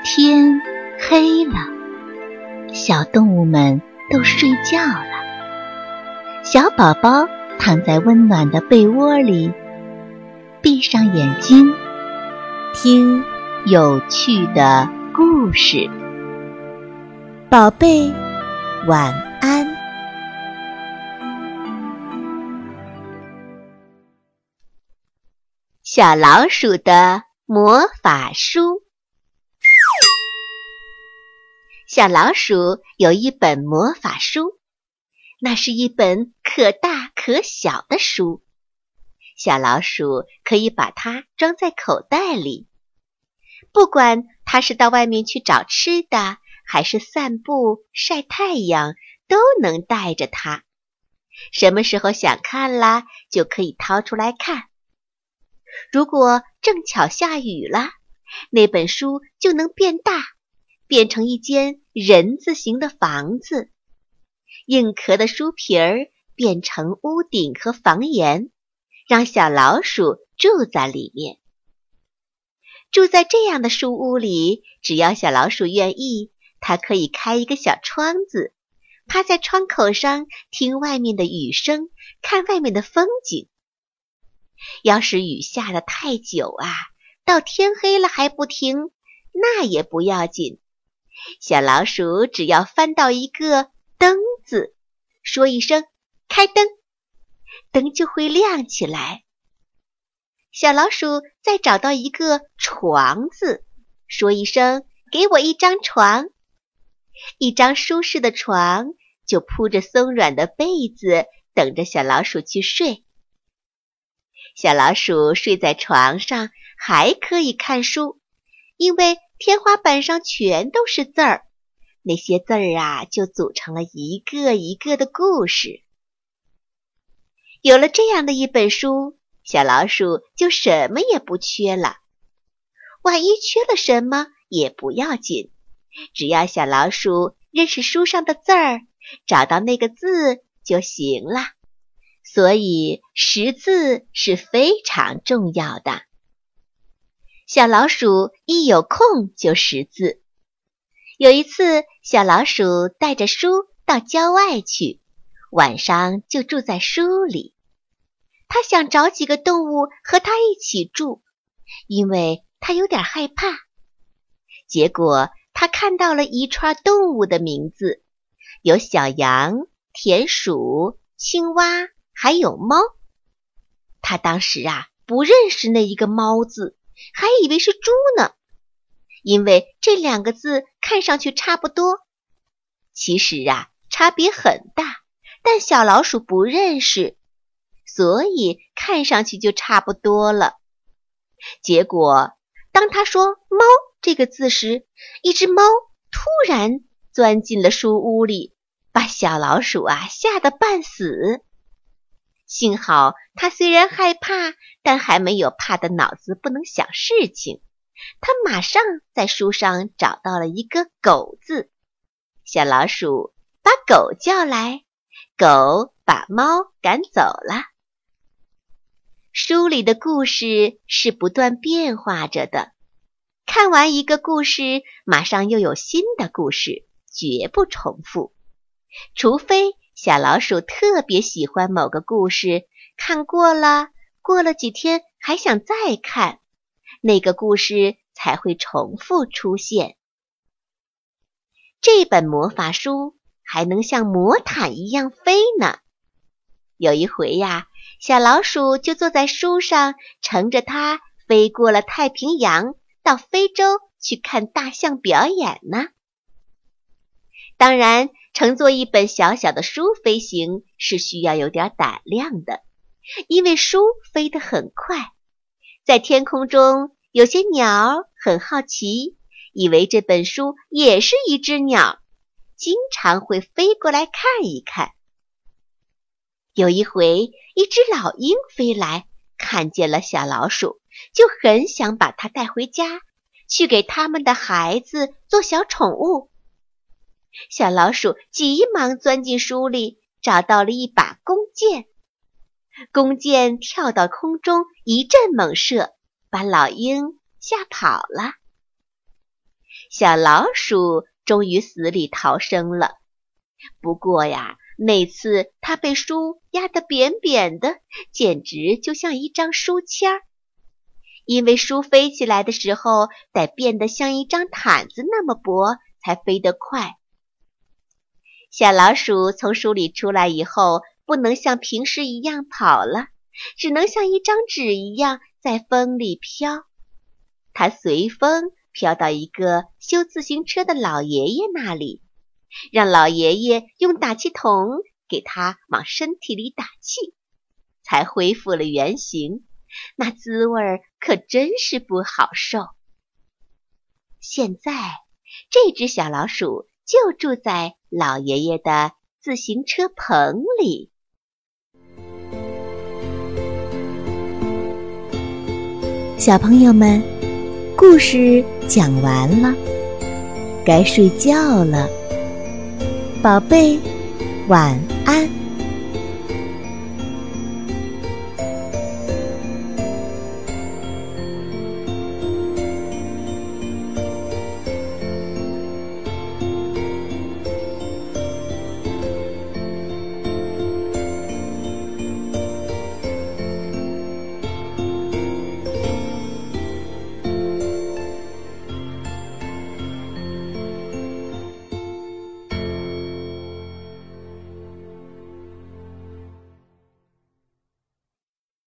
天黑了，小动物们都睡觉了。小宝宝躺在温暖的被窝里，闭上眼睛，听有趣的故事。宝贝，晚安。小老鼠的魔法书。小老鼠有一本魔法书，那是一本可大可小的书。小老鼠可以把它装在口袋里，不管它是到外面去找吃的，还是散步晒太阳，都能带着它。什么时候想看啦，就可以掏出来看。如果正巧下雨了，那本书就能变大，变成一间人字形的房子。硬壳的书皮儿变成屋顶和房檐，让小老鼠住在里面。住在这样的书屋里，只要小老鼠愿意，它可以开一个小窗子，趴在窗口上听外面的雨声，看外面的风景。要是雨下得太久啊，到天黑了还不停，那也不要紧。小老鼠只要翻到一个灯字，说一声开灯，灯就会亮起来。小老鼠再找到一个床字，说一声给我一张床，一张舒适的床就铺着松软的被子，等着小老鼠去睡。小老鼠睡在床上还可以看书，因为天花板上全都是字儿，那些字儿啊就组成了一个一个的故事。有了这样的一本书，小老鼠就什么也不缺了。万一缺了什么也不要紧，只要小老鼠认识书上的字儿，找到那个字就行了。所以识字是非常重要的。小老鼠一有空就识字。有一次，小老鼠带着书到郊外去，晚上就住在书里。它想找几个动物和它一起住，因为它有点害怕。结果它看到了一串动物的名字，有小羊、田鼠、青蛙，还有猫。他当时不认识那一个猫字，还以为是猪呢，因为这两个字看上去差不多。其实差别很大，但小老鼠不认识，所以看上去就差不多了。结果当他说猫这个字时，一只猫突然钻进了书屋里，把小老鼠吓得半死。幸好他虽然害怕，但还没有怕得脑子不能想事情。他马上在书上找到了一个狗字，小老鼠把狗叫来，狗把猫赶走了。书里的故事是不断变化着的，看完一个故事，马上又有新的故事，绝不重复。除非小老鼠特别喜欢某个故事，看过了，过了几天还想再看，那个故事才会重复出现。这本魔法书还能像魔毯一样飞呢。有一回小老鼠就坐在书上，乘着它飞过了太平洋，到非洲去看大象表演呢。当然，乘坐一本小小的书飞行是需要有点胆量的，因为书飞得很快。在天空中，有些鸟很好奇，以为这本书也是一只鸟，经常会飞过来看一看。有一回，一只老鹰飞来，看见了小老鼠，就很想把它带回家，去给他们的孩子做小宠物。小老鼠急忙钻进书里，找到了一把弓箭。弓箭跳到空中，一阵猛射，把老鹰吓跑了。 小老鼠终于死里逃生了。不过呀，那次它被书压得扁扁的，简直就像一张书签儿。因为书飞起来的时候得变得像一张毯子那么薄，才飞得快。小老鼠从书里出来以后，不能像平时一样跑了，只能像一张纸一样在风里飘。它随风飘到一个修自行车的老爷爷那里，让老爷爷用打气筒给它往身体里打气，才恢复了原形。那滋味可真是不好受。现在，这只小老鼠就住在老爷爷的自行车棚里。小朋友们，故事讲完了，该睡觉了，宝贝，晚安。